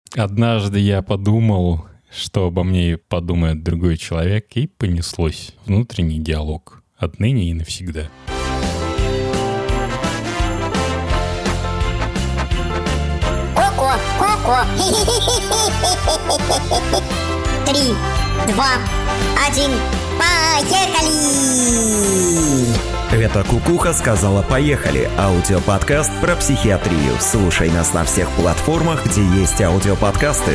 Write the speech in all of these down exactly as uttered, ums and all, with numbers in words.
Однажды я подумал, что обо мне подумает другой человек, и понеслось. Внутренний диалог. Отныне и навсегда. Ко-ко, ко-ко. Три, два, один, поехали! Это Кукуха сказала «Поехали» – аудиоподкаст про психиатрию. Слушай нас на всех платформах, где есть аудиоподкасты.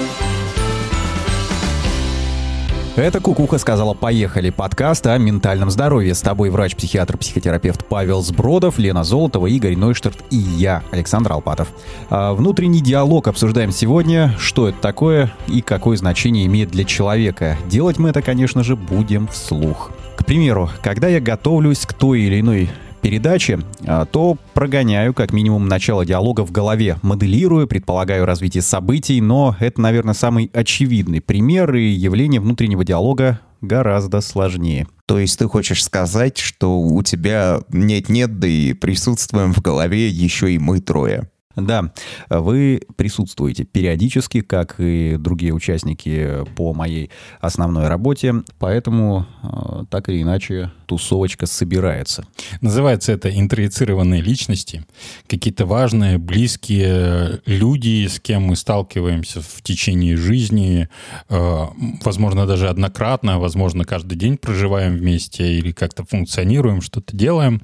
Это «Кукуха сказала «Поехали» подкаст о ментальном здоровье. С тобой врач-психиатр-психотерапевт Павел Сбродов, Лена Золотова, Игорь Нойштарт и я, Александр Алпатов. Внутренний диалог обсуждаем сегодня, что это такое и какое значение имеет для человека. Делать мы это, конечно же, будем вслух. К примеру, когда я готовлюсь к той или иной передаче, то прогоняю как минимум начало диалога в голове, моделирую, предполагаю развитие событий, но это, наверное, самый очевидный пример, и явление внутреннего диалога гораздо сложнее. То есть ты хочешь сказать, что у тебя нет-нет, да и присутствуем в голове еще и мы трое? Да, вы присутствуете периодически, как и другие участники по моей основной работе, поэтому э, так или иначе тусовочка собирается. Называется это интроицированные личности. Какие-то важные, близкие люди, с кем мы сталкиваемся в течение жизни, э, возможно, даже однократно, возможно, каждый день проживаем вместе или как-то функционируем, что-то делаем.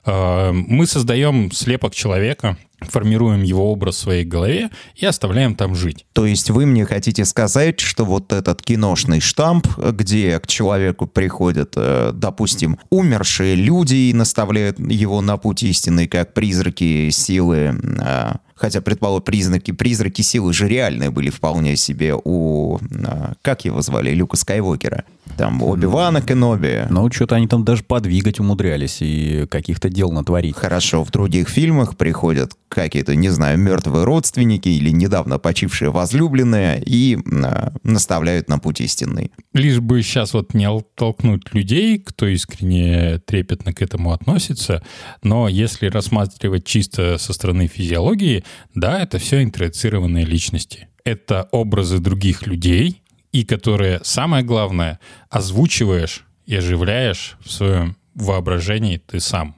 Э, мы создаем слепок человека, формируем его образ в своей голове и оставляем там жить. То есть вы мне хотите сказать, что вот этот киношный штамп, где к человеку приходят, допустим, умершие люди и наставляют его на путь истинный, как призраки силы, хотя, предположим, признаки, призраки силы же реальные были вполне себе у, как его звали, Люка Скайуокера, там, Оби-Вана Кеноби. Ну, что-то они там даже подвигать умудрялись и каких-то дел натворить. Хорошо, в других фильмах приходят какие-то, не знаю, мертвые родственники или недавно почившие возлюбленные и а, наставляют на путь истинный. Лишь бы сейчас вот не оттолкнуть людей, кто искренне трепетно к этому относится, но если рассматривать чисто со стороны физиологии, да, это все интроицированные личности. Это образы других людей, и которые, самое главное, озвучиваешь и оживляешь в своем воображении ты сам.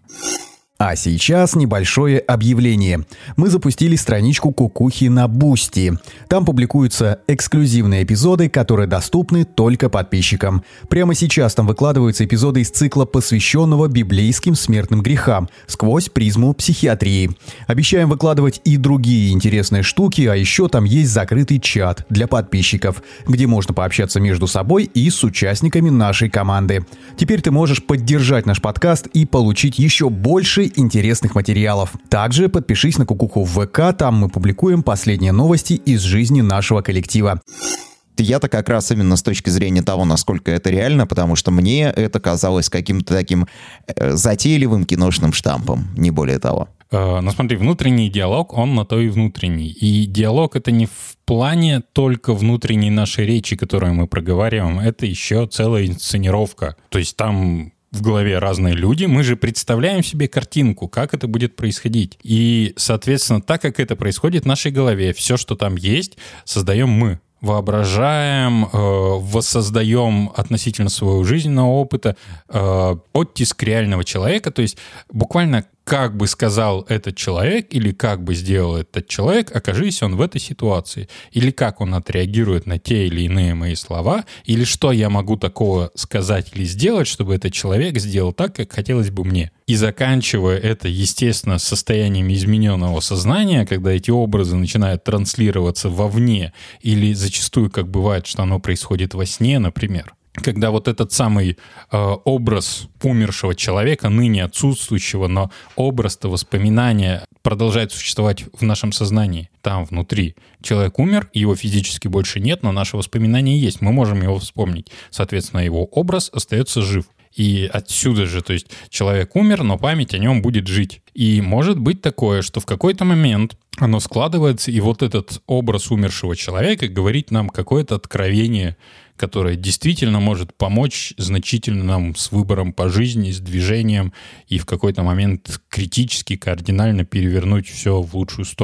А сейчас небольшое объявление. Мы запустили страничку Кукухи на Бусти. Там публикуются эксклюзивные эпизоды, которые доступны только подписчикам. Прямо сейчас там выкладываются эпизоды из цикла, посвященного библейским смертным грехам, сквозь призму психиатрии. Обещаем выкладывать и другие интересные штуки, а еще там есть закрытый чат для подписчиков, где можно пообщаться между собой и с участниками нашей команды. Теперь ты можешь поддержать наш подкаст и получить еще больше интересных материалов. Также подпишись на Кукуху в ВК, там мы публикуем последние новости из жизни нашего коллектива. Я-то как раз именно с точки зрения того, насколько это реально, потому что мне это казалось каким-то таким э, затейливым киношным штампом, не более того. Э, ну смотри, внутренний диалог, он на то и внутренний. И диалог — это не в плане только внутренней нашей речи, которую мы проговариваем, это еще целая инсценировка. То есть там в голове разные люди, мы же представляем себе картинку, как это будет происходить. И, соответственно, так как это происходит в нашей голове, все, что там есть, создаем мы. Воображаем, э, воссоздаем относительно своего жизненного опыта э, оттиск реального человека, то есть буквально как бы сказал этот человек или как бы сделал этот человек, окажись он в этой ситуации, или как он отреагирует на те или иные мои слова, или что я могу такого сказать или сделать, чтобы этот человек сделал так, как хотелось бы мне. И заканчивая это, естественно, состояниями измененного сознания, когда эти образы начинают транслироваться вовне, или зачастую, как бывает, что оно происходит во сне, например, когда вот этот самый э, образ умершего человека, ныне отсутствующего, но образ-то, воспоминания продолжает существовать в нашем сознании, там внутри. Человек умер, его физически больше нет, но наши воспоминания есть, мы можем его вспомнить. Соответственно, его образ остается жив. И отсюда же, то есть человек умер, но память о нем будет жить. И может быть такое, что в какой-то момент оно складывается, и вот этот образ умершего человека говорит нам какое-то откровение, которое действительно может помочь значительно нам с выбором по жизни, с движением и в какой-то момент критически, кардинально перевернуть все в лучшую сторону.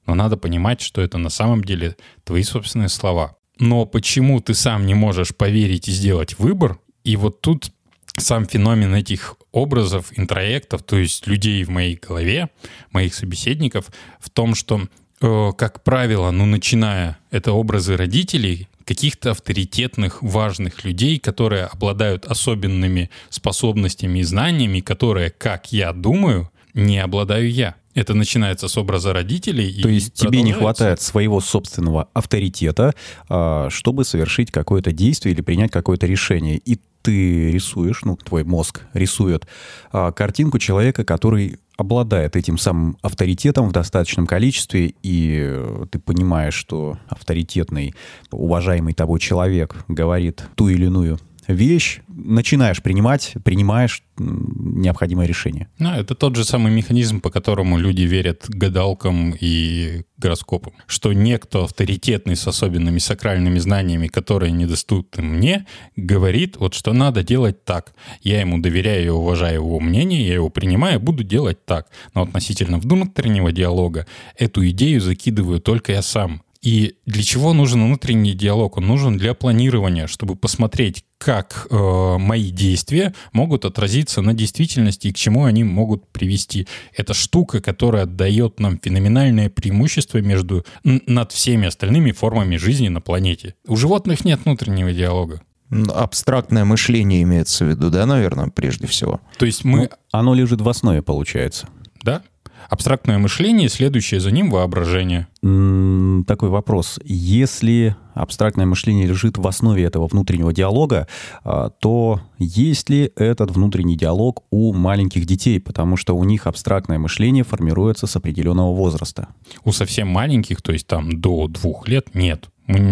Но надо понимать, что это на самом деле твои собственные слова. Но почему ты сам не можешь поверить и сделать выбор? И вот тут сам феномен этих образов, интроектов, то есть людей в моей голове, моих собеседников, в том, что, э, как правило, ну, начиная, это образы родителей, каких-то авторитетных, важных людей, которые обладают особенными способностями и знаниями, которые, как я думаю, не обладаю я. Это начинается с образа родителей. То и есть тебе не хватает своего собственного авторитета, чтобы совершить какое-то действие или принять какое-то решение. И ты рисуешь, ну, твой мозг рисует картинку человека, который обладает этим самым авторитетом в достаточном количестве, и ты понимаешь, что авторитетный, уважаемый тобой человек говорит ту или иную вещь, начинаешь принимать, принимаешь необходимое решение. Ну, это тот же самый механизм, по которому люди верят гадалкам и гороскопам. Что некто авторитетный с особенными сакральными знаниями, которые недоступны мне, говорит, вот что надо делать так. Я ему доверяю и уважаю его мнение, я его принимаю, буду делать так. Но относительно внутреннего диалога эту идею закидываю только я сам. И для чего нужен внутренний диалог? Он нужен для планирования, чтобы посмотреть, как э, мои действия могут отразиться на действительности и к чему они могут привести. Это штука, которая дает нам феноменальное преимущество между, над всеми остальными формами жизни на планете. У животных нет внутреннего диалога. Абстрактное мышление имеется в виду, да, наверное, прежде всего? То есть мы... Ну, оно лежит в основе, получается. Да. Абстрактное мышление, следующее за ним воображение. М-м, такой вопрос. Если абстрактное мышление лежит в основе этого внутреннего диалога, то есть ли этот внутренний диалог у маленьких детей? Потому что у них абстрактное мышление формируется с определенного возраста. У совсем маленьких, то есть там до двух лет, нет.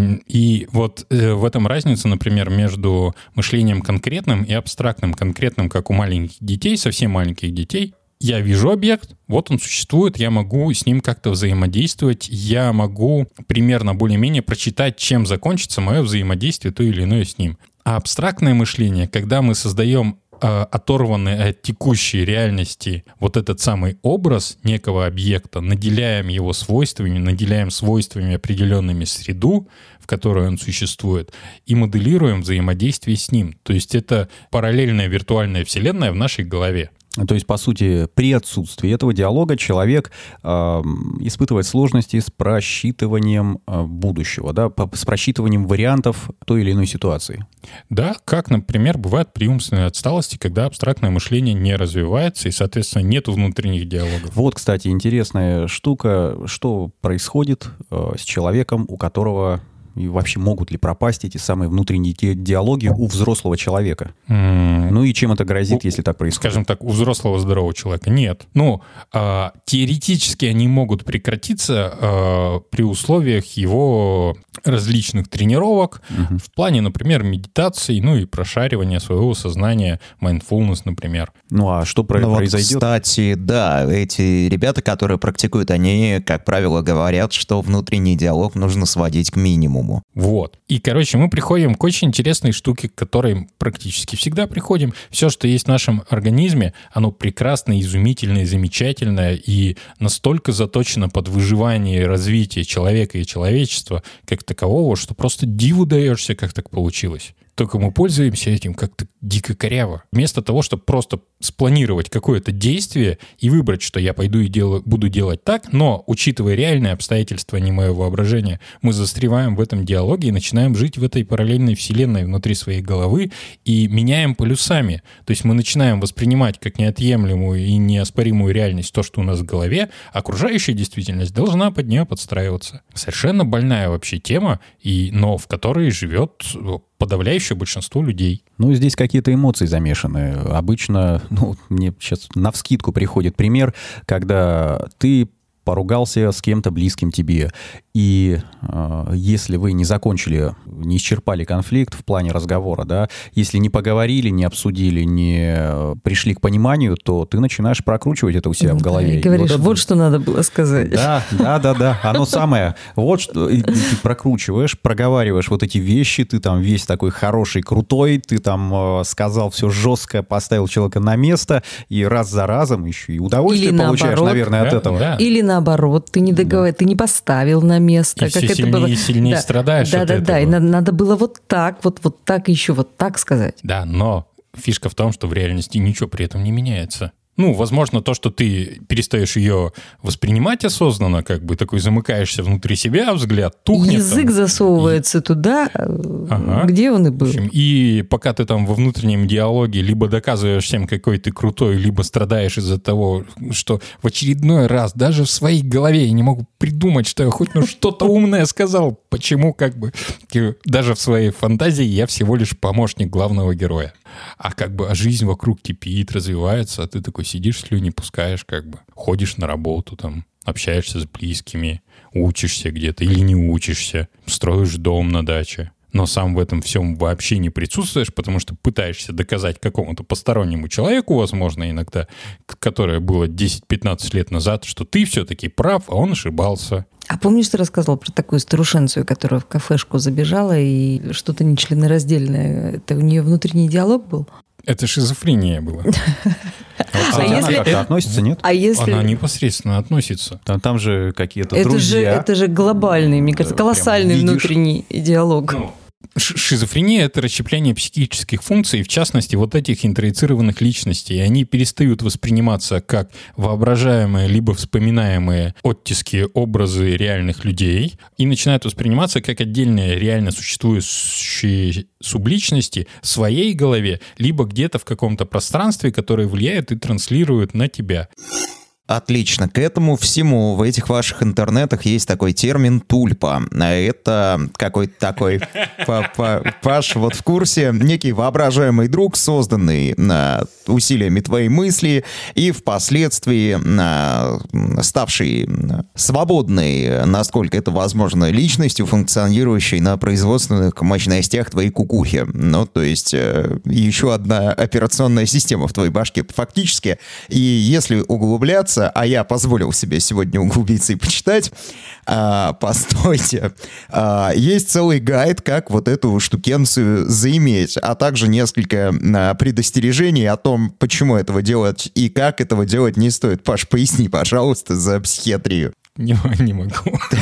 И вот э, в этом разница, например, между мышлением конкретным и абстрактным. Конкретным, как у маленьких детей, совсем маленьких детей. Я вижу объект, вот он существует, я могу с ним как-то взаимодействовать, я могу примерно более-менее прочитать, чем закончится мое взаимодействие то или иное с ним. А абстрактное мышление, когда мы создаем э, оторванный от текущей реальности вот этот самый образ некого объекта, наделяем его свойствами, наделяем свойствами определенными среду, в которой он существует, и моделируем взаимодействие с ним. То есть это параллельная виртуальная вселенная в нашей голове. То есть, по сути, при отсутствии этого диалога человек э, испытывает сложности с просчитыванием э, будущего, да, с просчитыванием вариантов той или иной ситуации. Да, как, например, бывает при умственной отсталости, когда абстрактное мышление не развивается и, соответственно, нет внутренних диалогов. Вот, кстати, интересная штука, что происходит э, с человеком, у которого... И вообще могут ли пропасть эти самые внутренние диалоги у взрослого человека? Mm. Ну и чем это грозит, у, если так происходит? Скажем так, у взрослого здорового человека нет. Ну, э, теоретически они могут прекратиться э, при условиях его различных тренировок uh-huh. в плане, например, медитации, ну и прошаривания своего сознания, mindfulness, например. Ну а что про- ну, произойдет? Вот, кстати, да, эти ребята, которые практикуют, они, как правило, говорят, что внутренний диалог нужно сводить к минимуму. Вот. И, короче, мы приходим к очень интересной штуке, к которой практически всегда приходим. Все, что есть в нашем организме, оно прекрасное, изумительное, замечательное и настолько заточено под выживание и развитие человека и человечества как такового, что просто диву даешься, как так получилось. Только мы пользуемся этим как-то дико коряво. Вместо того, чтобы просто спланировать какое-то действие и выбрать, что я пойду и делаю, буду делать так, но, учитывая реальные обстоятельства, а не мое воображение, мы застреваем в этом диалоге и начинаем жить в этой параллельной вселенной внутри своей головы и меняем полюсами. То есть мы начинаем воспринимать как неотъемлемую и неоспоримую реальность то, что у нас в голове, а окружающая действительность должна под нее подстраиваться. Совершенно больная вообще тема, и, но в которой живет подавляющее большинство людей. Ну, здесь какие-то эмоции замешаны. Обычно, ну, мне сейчас навскидку приходит пример, когда ты поругался с кем-то близким тебе, и э, если вы не закончили, не исчерпали конфликт в плане разговора, да, если не поговорили, не обсудили, не пришли к пониманию, то ты начинаешь прокручивать это у себя ну, в голове. Да, и говоришь, и вот, это... вот что надо было сказать. Да, да, да, да, оно самое. Вот что и ты прокручиваешь, проговариваешь вот эти вещи, ты там весь такой хороший, крутой, ты там э, сказал все жестко, поставил человека на место, и раз за разом еще и удовольствие Или получаешь, наоборот. наверное, от Да, этого. да. Или наоборот, ты не договор... да. ты не поставил на место. И как все это сильнее было... и сильнее да. страдаешь да, от да, этого. Да, да, и надо, надо было вот так, вот, вот так, еще вот так сказать. Да, но фишка в том, что в реальности ничего при этом не меняется. Ну, возможно, то, что ты перестаешь ее воспринимать осознанно, как бы такой замыкаешься внутри себя, взгляд тухнет. Язык там, засовывается и... туда, ага. где он и был. В общем, и пока ты там во внутреннем диалоге либо доказываешь всем, какой ты крутой, либо страдаешь из-за того, что в очередной раз даже в своей голове я не могу придумать, что я хоть ну что-то умное сказал. Почему как бы даже в своей фантазии я всего лишь помощник главного героя. А как бы а жизнь вокруг кипит, развивается, а ты такой сидишь, слюни пускаешь, как бы ходишь на работу, там, общаешься с близкими, учишься где-то или не учишься, строишь дом на даче. Но сам в этом всем вообще не присутствуешь, потому что пытаешься доказать какому-то постороннему человеку, возможно, иногда, которое было десять-пятнадцать лет назад, что ты все-таки прав, а он ошибался. А помнишь, ты рассказывал про такую старушенцию, которая в кафешку забежала и что-то нечленораздельное? Это у нее внутренний диалог был? Это шизофрения была. А если как-то относится, нет? Она непосредственно относится. Там же какие-то друзья. Это же глобальный, мне кажется, колоссальный внутренний диалог. Шизофрения — это расщепление психических функций, в частности, вот этих интроицированных личностей. Они перестают восприниматься как воображаемые либо вспоминаемые оттиски, образы реальных людей и начинают восприниматься как отдельные реально существующие субличности в своей голове, либо где-то в каком-то пространстве, которое влияет и транслирует на тебя. Отлично. К этому всему в этих ваших интернетах есть такой термин «тульпа». Это какой-то такой, Паш, вот в курсе, некий воображаемый друг, созданный усилиями твоей мысли и впоследствии ставший свободной, насколько это возможно, личностью, функционирующей на производственных мощностях твоей кукухи. Ну, то есть еще одна операционная система в твоей башке фактически. И если углубляться, а я позволил себе сегодня углубиться и почитать, а, постойте, а, есть целый гайд, как вот эту штукенцию заиметь, а также несколько а, предостережений о том, почему этого делать и как этого делать не стоит. Паш, поясни, пожалуйста, за психиатрию. Не, не могу.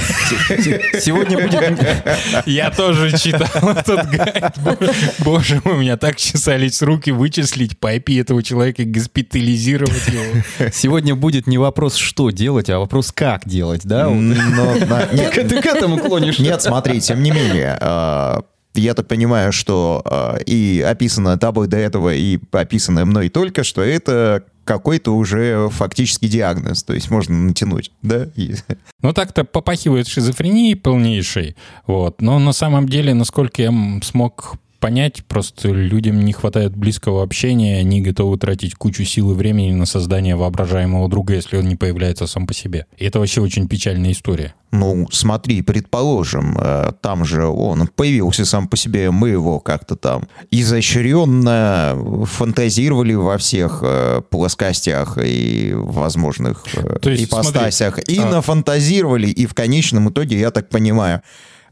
Сегодня будет... Я тоже читал этот гайд. Боже мой, у меня так чесались руки вычислить по ай пи этого человека и госпитализировать его. Сегодня будет не вопрос, что делать, а вопрос, как делать, да? Ты к этому клонишь? Нет, смотри, тем не менее... Я так понимаю, что э, и описанное тобой до этого, и описанное мной только, что это какой-то уже фактически диагноз, то есть можно натянуть, да? Ну, так-то попахивает шизофренией полнейшей, вот. Но на самом деле, насколько я смог понять, просто людям не хватает близкого общения, они готовы тратить кучу сил и времени на создание воображаемого друга, если он не появляется сам по себе. И это вообще очень печальная история. Ну, смотри, предположим, там же он появился сам по себе, мы его как-то там изощренно фантазировали во всех плоскостях и возможных ипостасях. Смотри, и а... нафантазировали, и в конечном итоге, я так понимаю,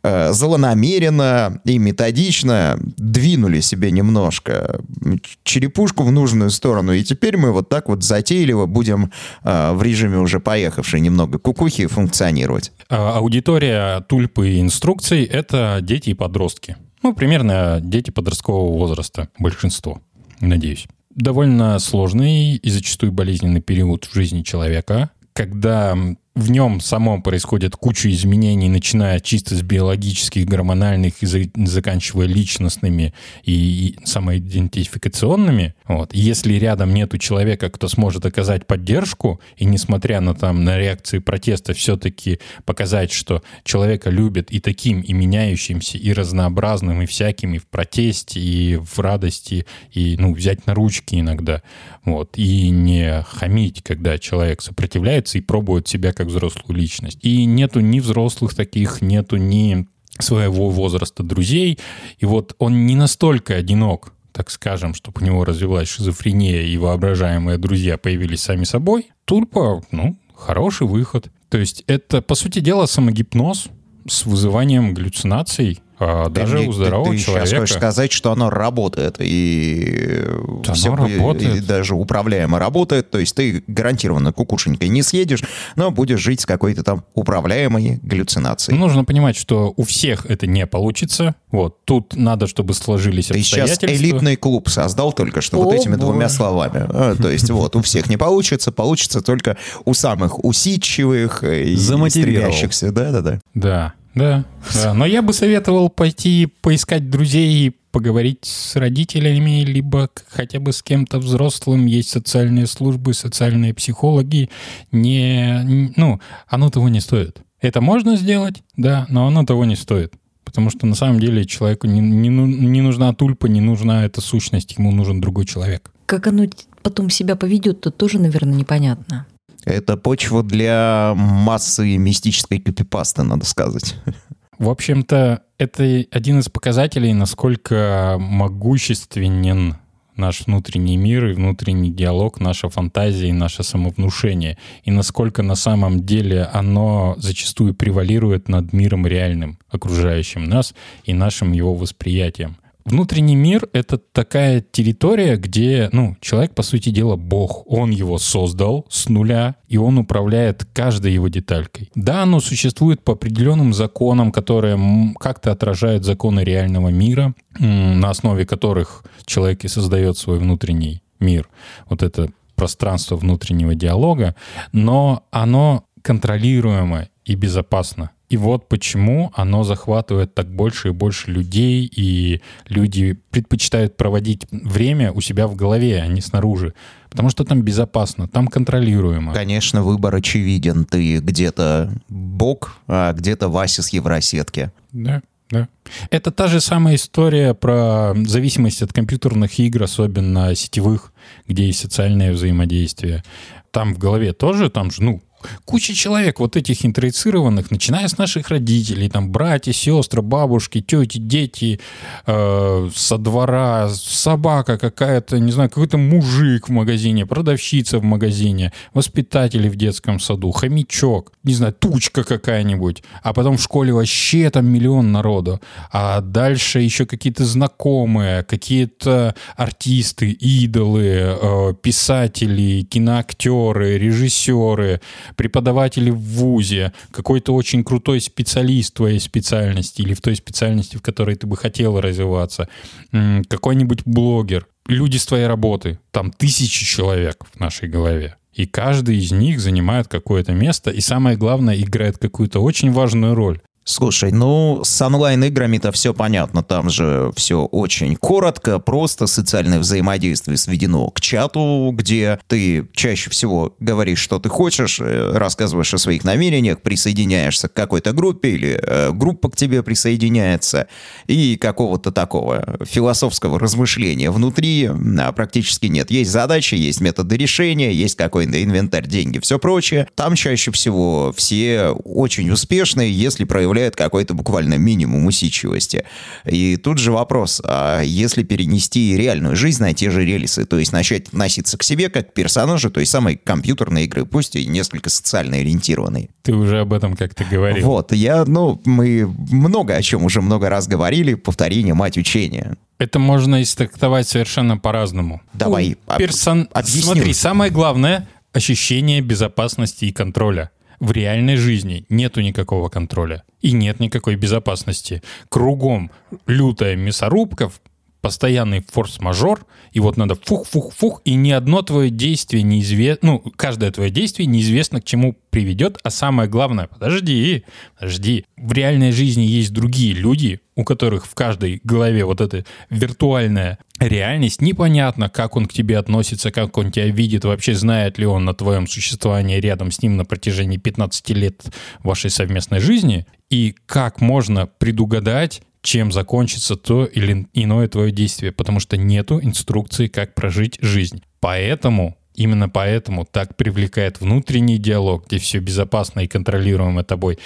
злонамеренно и методично двинули себе немножко черепушку в нужную сторону, и теперь мы вот так вот затейливо будем э, в режиме уже поехавшей немного кукухи функционировать. Аудитория тульпы и инструкций — это дети и подростки. Ну, примерно дети подросткового возраста, большинство, надеюсь. Довольно сложный и зачастую болезненный период в жизни человека, когда в нем самом происходит куча изменений, начиная чисто с биологических, гормональных и за, заканчивая личностными и, и самоидентификационными. Вот. Если рядом нету человека, кто сможет оказать поддержку, и несмотря на, там, на реакции протеста, все-таки показать, что человека любят и таким, и меняющимся, и разнообразным, и всяким, и в протесте, и в радости, и ну, взять на ручки иногда. Вот. И не хамить, когда человек сопротивляется и пробует себя как взрослую личность. И нету ни взрослых таких, нету ни своего возраста друзей. И вот он не настолько одинок, так скажем, чтобы у него развилась шизофрения и воображаемые друзья появились сами собой. Тульпа, ну, хороший выход. То есть это, по сути дела, самогипноз с вызыванием галлюцинаций А даже ты, у здорового ты, ты человека... сейчас хочешь сказать, что оно работает, и, да, все, оно работает. И даже управляемо работает, то есть ты гарантированно кукушенькой не съедешь, но будешь жить с какой-то там управляемой галлюцинацией. Нужно понимать, что у всех это не получится. Вот, тут надо, чтобы сложились ты обстоятельства. Ты сейчас элитный клуб создал только что О, вот этими боже. двумя словами. А, то есть вот у всех не получится, получится только у самых усидчивых и стремящихся. Да-да-да. Да. Да, да, но я бы советовал пойти поискать друзей, поговорить с родителями, либо хотя бы с кем-то взрослым. Есть социальные службы, социальные психологи. Не, ну, оно того не стоит. Это можно сделать, да, но оно того не стоит. Потому что на самом деле человеку не, не, не нужна тульпа, не нужна эта сущность, ему нужен другой человек. Как оно потом себя поведет, то тоже, наверное, непонятно. Это почва для массы мистической копипасты, надо сказать. В общем-то, это один из показателей, насколько могущественен наш внутренний мир и внутренний диалог, наша фантазия и наше самовнушение, и насколько на самом деле оно зачастую превалирует над миром реальным, окружающим нас и нашим его восприятием. Внутренний мир — это такая территория, где, ну, человек, по сути дела, бог. Он его создал с нуля, и он управляет каждой его деталькой. Да, оно существует по определенным законам, которые как-то отражают законы реального мира, на основе которых человек и создает свой внутренний мир. Вот это пространство внутреннего диалога, но оно контролируемо и безопасно. И вот почему оно захватывает так больше и больше людей, и люди предпочитают проводить время у себя в голове, а не снаружи. Потому что там безопасно, там контролируемо. Конечно, выбор очевиден. Ты где-то бог, а где-то Вася с Евросетки. Да, да. Это та же самая история про зависимость от компьютерных игр, особенно сетевых, где есть социальное взаимодействие. Там в голове тоже, там же, ну, куча человек вот этих интроицированных, начиная с наших родителей, там братья, сестры, бабушки, тети, дети, э, со двора, собака какая-то, не знаю, какой-то мужик в магазине, продавщица в магазине, воспитатели в детском саду, хомячок, не знаю, тучка какая-нибудь, а потом в школе вообще там миллион народу, а дальше еще какие-то знакомые, какие-то артисты, идолы, э, писатели, киноактеры, режиссеры, преподаватели в вузе, какой-то очень крутой специалист в твоей специальности или в той специальности, в которой ты бы хотел развиваться, какой-нибудь блогер, люди с твоей работы, там тысячи человек в нашей голове. И каждый из них занимает какое-то место и, самое главное, играет какую-то очень важную роль. Слушай, ну, с онлайн-играми-то все понятно. Там же все очень коротко, просто социальное взаимодействие сведено к чату, где ты чаще всего говоришь, что ты хочешь, рассказываешь о своих намерениях, присоединяешься к какой-то группе или э, группа к тебе присоединяется, и какого-то такого философского размышления внутри а, практически нет. Есть задачи, есть методы решения, есть какой-то инвентарь, деньги, все прочее. Там чаще всего все очень успешные, если проявляют какой-то буквально минимум усидчивости. И тут же вопрос, а если перенести реальную жизнь на те же рельсы, то есть начать относиться к себе как к персонажу той самой компьютерной игры, пусть и несколько социально ориентированной. Ты уже об этом как-то говорил. Вот, я, ну, мы много о чем уже много раз говорили, повторение мать учения. Это можно истрактовать совершенно по-разному. Давай, Персон... объясню. Смотри, самое главное — ощущение безопасности и контроля. В реальной жизни нету никакого контроля и нет никакой безопасности. Кругом лютая мясорубка, постоянный форс-мажор, и вот надо фух-фух-фух, и ни одно твое действие неизвестно, ну, каждое твое действие неизвестно к чему приведет, а самое главное, подожди, подожди, в реальной жизни есть другие люди, у которых в каждой голове вот эта виртуальная реальность, непонятно, как он к тебе относится, как он тебя видит, вообще знает ли он о твоем существовании рядом с ним на протяжении пятнадцати лет вашей совместной жизни, и как можно предугадать, чем закончится то или иное твое действие, потому что нету инструкции, как прожить жизнь. Поэтому, именно поэтому так привлекает внутренний диалог, где все безопасно и контролируемо тобой. И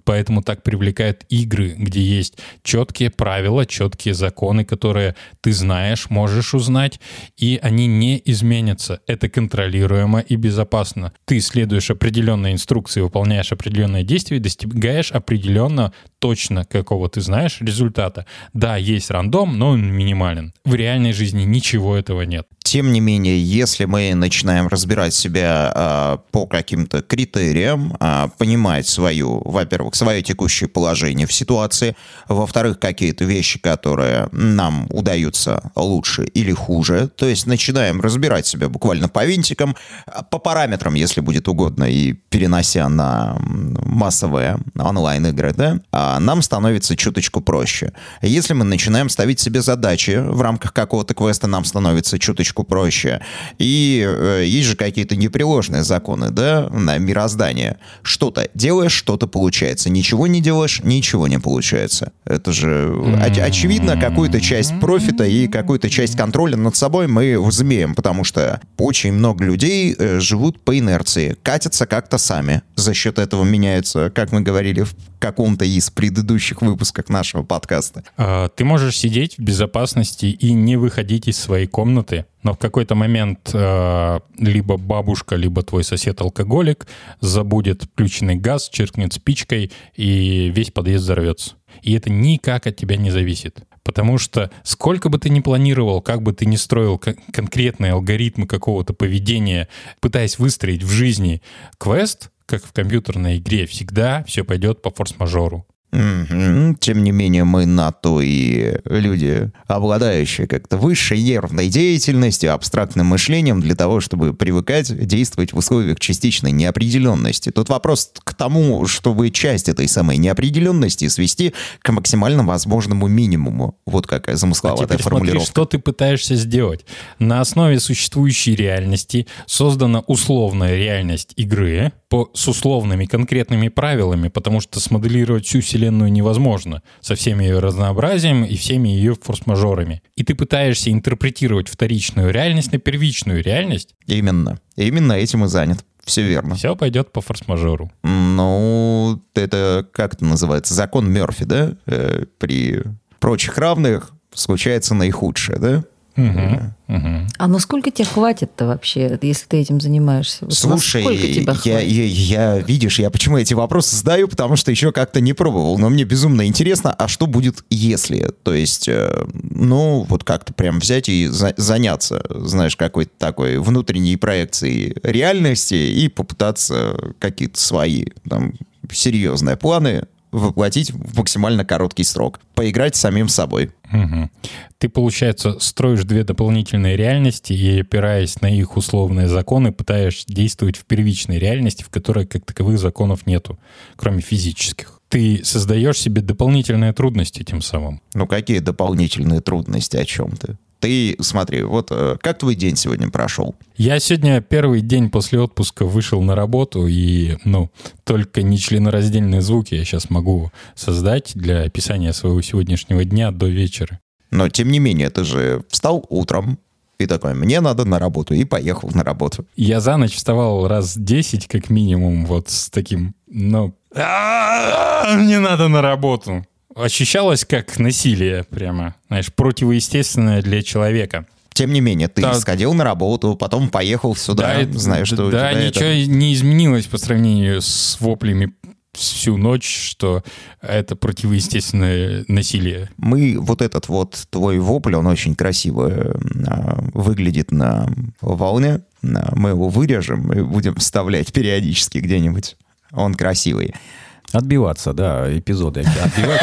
Поэтому так привлекают игры, где есть четкие правила, четкие законы, которые ты знаешь, можешь узнать, и они не изменятся. Это контролируемо и безопасно. Ты следуешь определенной инструкции, выполняешь определенные действия, достигаешь определенно точно, какого ты знаешь, результата. Да, есть рандом, но он минимален. В реальной жизни ничего этого нет. Тем не менее, если мы начинаем разбирать себя а, по каким-то критериям, а, понимать свою, во-первых, свое текущее положение в ситуации, во-вторых, какие-то вещи, которые нам удаются лучше или хуже, то есть начинаем разбирать себя буквально по винтикам, по параметрам, если будет угодно, и перенося на массовые онлайн-игры, да, а, нам становится чуточку проще. Если мы начинаем ставить себе задачи в рамках какого-то квеста, нам становится чуточку проще. И э, есть же какие-то непреложные законы, да, на мироздание. Что-то делаешь, что-то получается. Ничего не делаешь, ничего не получается. Это же оч- очевидно, какую-то часть профита и какую-то часть контроля над собой мы возымеем, потому что очень много людей э, живут по инерции, катятся как-то сами. За счет этого меняются, как мы говорили в каком-то из предыдущих выпусков нашего подкаста. А, ты можешь сидеть в безопасности и не выходить из своей комнаты, но в какой-то момент э, либо бабушка, либо твой сосед-алкоголик забудет включенный газ, чиркнет спичкой, и весь подъезд взорвется. И это никак от тебя не зависит. Потому что сколько бы ты ни планировал, как бы ты ни строил кон- конкретные алгоритмы какого-то поведения, пытаясь выстроить в жизни квест, как в компьютерной игре, всегда все пойдет по форс-мажору. Mm-hmm. Тем не менее, мы на то и люди, обладающие как-то высшей нервной деятельностью, абстрактным мышлением, для того, чтобы привыкать действовать в условиях частичной неопределенности. Тут вопрос к тому, чтобы часть этой самой неопределенности свести к максимально возможному минимуму. Вот какая замысловатая а теперь формулировка. Смотри, что ты пытаешься сделать. На основе существующей реальности создана условная реальность игры по, с условными конкретными правилами, потому что смоделировать всю вселенную невозможно со всеми ее разнообразием и всеми ее форс-мажорами. И ты пытаешься интерпретировать вторичную реальность на первичную реальность. Именно. Именно этим и занят. Все верно. Все пойдет по форс-мажору. Ну, это как это называется? Закон Мёрфи, да? Э, при прочих равных случается наихудшее, да? Угу, угу. А насколько тебе хватит-то вообще, если ты этим занимаешься? Вот Слушай, тебя я, я, я, видишь, я почему эти вопросы задаю, потому что еще как-то не пробовал, но мне безумно интересно, а что будет, если? То есть, э, ну, вот как-то прям взять и за, заняться, знаешь, какой-то такой внутренней проекцией реальности и попытаться какие-то свои там серьезные планы воплотить в максимально короткий срок. Поиграть с самим собой. Угу. Ты, получается, строишь две дополнительные реальности и, опираясь на их условные законы, пытаешься действовать в первичной реальности, в которой как таковых законов нету, кроме физических. Ты создаешь себе дополнительные трудности тем самым. Ну, какие дополнительные трудности, о чем ты? Ты, смотри, вот как твой день сегодня прошел? Я сегодня первый день после отпуска вышел на работу, и, ну, только нечленораздельные звуки я сейчас могу создать для описания своего сегодняшнего дня до вечера. Но, тем не менее, ты же встал утром и такой, мне надо на работу, и поехал на работу. Я за ночь вставал раз десять, как минимум, вот с таким, ну, мне надо на работу. Ощущалось как насилие прямо, знаешь, противоестественное для человека. Тем не менее, ты да. сходил на работу, потом поехал сюда, да, знаешь, что да, у тебя ничего это... не изменилось по сравнению с воплями всю ночь, что это противоестественное насилие. Мы, вот этот вот твой вопль, он очень красиво э, выглядит на волне. Мы его вырежем и будем вставлять периодически где-нибудь. Он красивый. Отбиваться, да, эпизоды отбивать.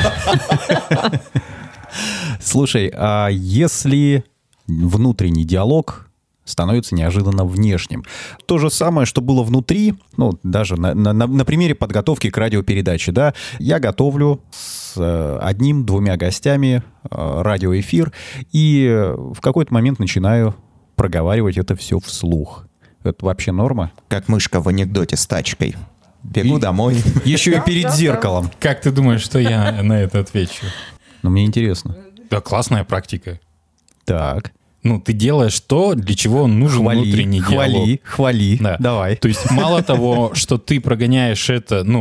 Слушай, а если внутренний диалог становится неожиданно внешним? То же самое, что было внутри, ну, даже на, на, на примере подготовки к радиопередаче, да, я готовлю с одним-двумя гостями радиоэфир, и в какой-то момент начинаю проговаривать это все вслух. Это вообще норма? Как мышка в анекдоте с тачкой. Бегу и, домой. Еще и перед зеркалом. Как ты думаешь, что я на это отвечу? Ну, мне интересно. Да, классная практика. Так. Ну, ты делаешь то, для чего нужен хвали, внутренний хвали, диалог. Хвали, хвали, да. Давай. То есть мало того, что ты прогоняешь это, ну,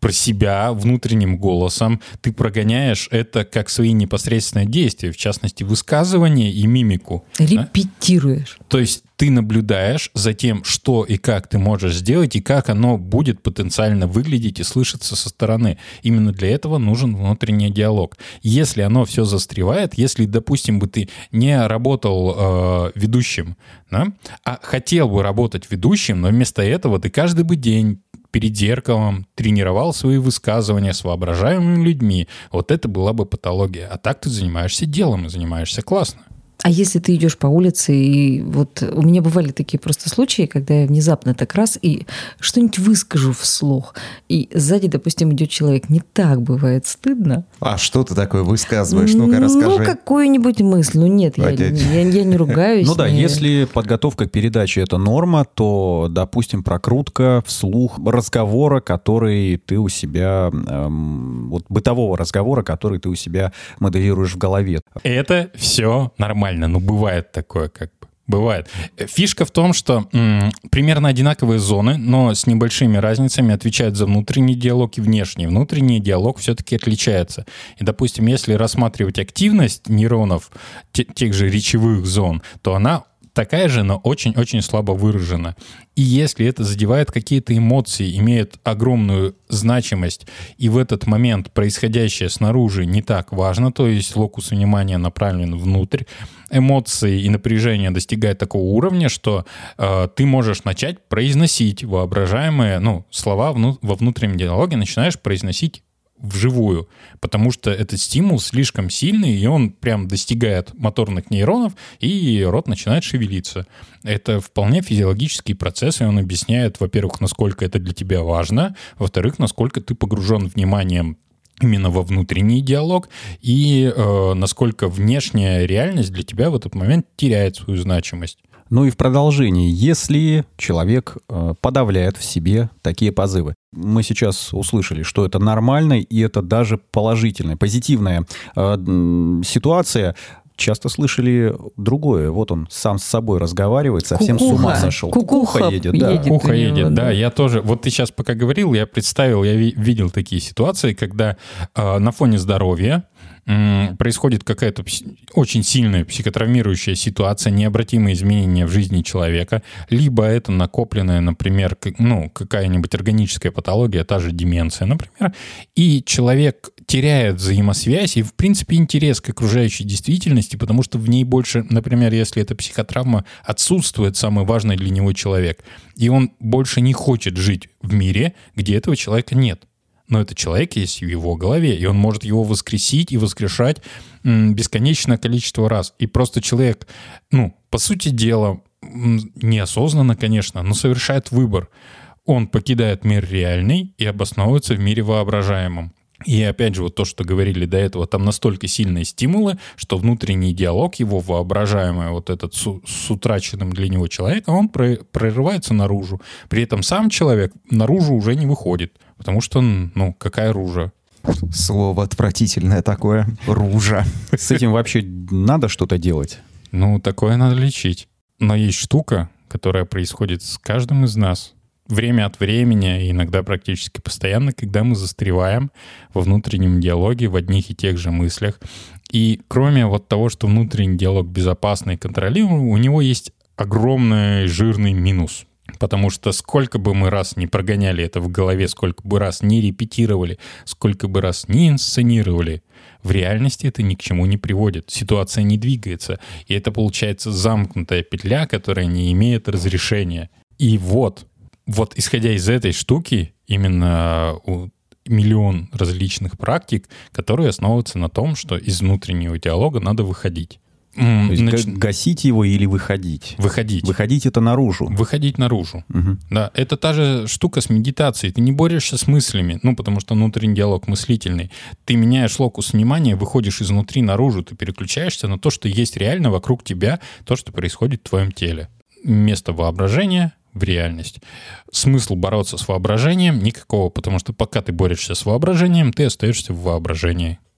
про себя внутренним голосом, ты прогоняешь это как свои непосредственные действия, в частности, высказывание и мимику. Репетируешь. Да? То есть ты наблюдаешь за тем, что и как ты можешь сделать, и как оно будет потенциально выглядеть и слышаться со стороны. Именно для этого нужен внутренний диалог. Если оно все застревает, если, допустим, бы ты не работал э, ведущим, да, а хотел бы работать ведущим, но вместо этого ты каждый бы день перед зеркалом тренировал свои высказывания с воображаемыми людьми, вот это была бы патология. А так ты занимаешься делом и занимаешься классно. А если ты идешь по улице, и вот у меня бывали такие просто случаи, когда я внезапно так раз и что-нибудь выскажу вслух, и сзади, допустим, идет человек, не так бывает стыдно. А что ты такое высказываешь? Ну-ка, расскажи. Ну, какую-нибудь мысль. Ну, нет, я, я, я не ругаюсь. Ну да, не... если подготовка к передаче – это норма, то, допустим, прокрутка вслух разговора, который ты у себя, эм, вот бытового разговора, который ты у себя моделируешь в голове. Это все нормально. Ну, бывает такое, как бы. Бывает. Фишка в том, что м, примерно одинаковые зоны, но с небольшими разницами отвечают за внутренний диалог и внешний. Внутренний диалог все-таки отличается. И, допустим, если рассматривать активность нейронов те, тех же речевых зон, то она такая же, но очень-очень слабо выражена. И если это задевает какие-то эмоции, имеет огромную значимость, и в этот момент происходящее снаружи не так важно, то есть локус внимания направлен внутрь, эмоции и напряжение достигают такого уровня, что э, ты можешь начать произносить воображаемые, ну, слова вну, во внутреннем диалоге, начинаешь произносить вживую, потому что этот стимул слишком сильный, и он прям достигает моторных нейронов, и рот начинает шевелиться. Это вполне физиологический процесс, и он объясняет, во-первых, насколько это для тебя важно, во-вторых, насколько ты погружен вниманием именно во внутренний диалог, и э, насколько внешняя реальность для тебя в этот момент теряет свою значимость. Ну и в продолжении, если человек э, подавляет в себе такие позывы. Мы сейчас услышали, что это нормально, и это даже положительная, позитивная э, ситуация. Часто слышали другое. Вот он сам с собой разговаривает, совсем Кукуха. с ума сошел. Кукуха, Кукуха едет, да. едет. Кукуха едет, да. да. Я тоже... Вот ты сейчас пока говорил, я представил, я ви- видел такие ситуации, когда э, на фоне здоровья происходит какая-то очень сильная психотравмирующая ситуация, необратимые изменения в жизни человека, либо это накопленная, например, ну, какая-нибудь органическая патология, та же деменция, например, и человек теряет взаимосвязь и, в принципе, интерес к окружающей действительности, потому что в ней больше, например, если это психотравма, отсутствует самый важный для него человек, и он больше не хочет жить в мире, где этого человека нет. Но этот человек есть в его голове, и он может его воскресить и воскрешать м, бесконечное количество раз. И просто человек, ну, по сути дела, неосознанно, конечно, но совершает выбор. Он покидает мир реальный и обосновывается в мире воображаемом. И опять же, вот то, что говорили до этого, там настолько сильные стимулы, что внутренний диалог его, воображаемый вот этот с, с утраченным для него человеком, он прорывается наружу. При этом сам человек наружу уже не выходит, потому что, ну, какая ружа? Слово отвратительное такое. Ружа. С этим вообще надо что-то делать? Ну, такое надо лечить. Но есть штука, которая происходит с каждым из нас. Время от времени, иногда практически постоянно, когда мы застреваем во внутреннем диалоге, в одних и тех же мыслях. И кроме вот того, что внутренний диалог безопасный и контролируемый, у него есть огромный жирный минус. Потому что сколько бы мы раз не прогоняли это в голове, сколько бы раз не репетировали, сколько бы раз не инсценировали, в реальности это ни к чему не приводит. Ситуация не двигается. И это получается замкнутая петля, которая не имеет разрешения. И вот... Вот исходя из этой штуки, именно миллион различных практик, которые основываются на том, что из внутреннего диалога надо выходить. То есть Нач... гасить его или выходить? Выходить. Выходить это наружу? Выходить наружу. Угу. Да, это та же штука с медитацией. Ты не борешься с мыслями, ну, потому что внутренний диалог мыслительный. Ты меняешь локус внимания, выходишь изнутри наружу, ты переключаешься на то, что есть реально вокруг тебя, то, что происходит в твоем теле. Место воображения в реальность. Смысл бороться с воображением никакого, потому что пока ты борешься с воображением, ты остаешься в воображении.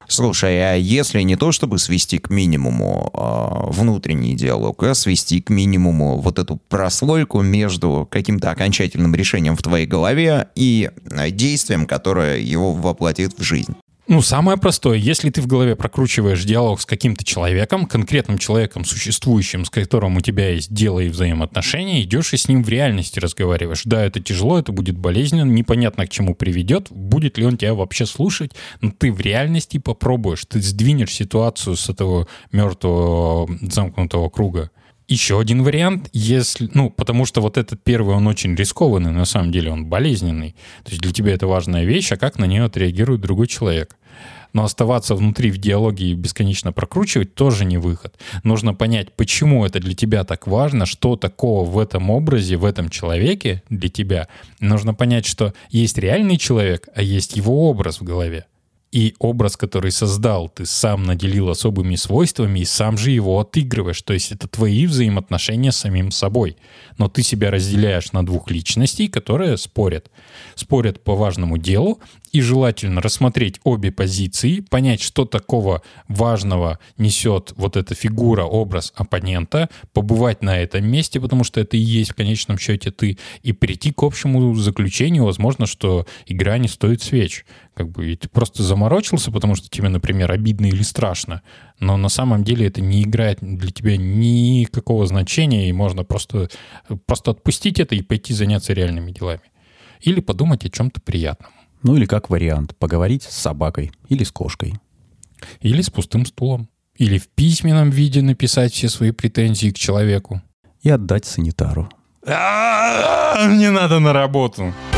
Слушай, а если не то, чтобы свести к минимуму э, внутренний диалог, а свести к минимуму вот эту прослойку между каким-то окончательным решением в твоей голове и действием, которое его воплотит в жизнь? Ну, самое простое, если ты в голове прокручиваешь диалог с каким-то человеком, конкретным человеком, существующим, с которым у тебя есть дело и взаимоотношения, идешь и с ним в реальности разговариваешь. Да, это тяжело, это будет болезненно, непонятно к чему приведет, будет ли он тебя вообще слушать, но ты в реальности попробуешь, ты сдвинешь ситуацию с этого мертвого замкнутого круга. Еще один вариант, если, ну, потому что вот этот первый, он очень рискованный, на самом деле он болезненный. То есть для тебя это важная вещь, а как на нее отреагирует другой человек? Но оставаться внутри в диалоге и бесконечно прокручивать тоже не выход. Нужно понять, почему это для тебя так важно, что такого в этом образе, в этом человеке для тебя. Нужно понять, что есть реальный человек, а есть его образ в голове. И образ, который создал, ты сам наделил особыми свойствами и сам же его отыгрываешь. То есть это твои взаимоотношения с самим собой. Но ты себя разделяешь на двух личностей, которые спорят. Спорят по важному делу, и желательно рассмотреть обе позиции, понять, что такого важного несет вот эта фигура, образ оппонента, побывать на этом месте, потому что это и есть в конечном счете ты, и прийти к общему заключению, возможно, что игра не стоит свеч. Как бы, и ты просто заморочился, потому что тебе, например, обидно или страшно, но на самом деле это не играет для тебя никакого значения, и можно просто, просто отпустить это и пойти заняться реальными делами. Или подумать о чем-то приятном. Ну или как вариант, поговорить с собакой или с кошкой. Или с пустым стулом. Или в письменном виде написать все свои претензии к человеку. И отдать санитару. Мне надо на работу.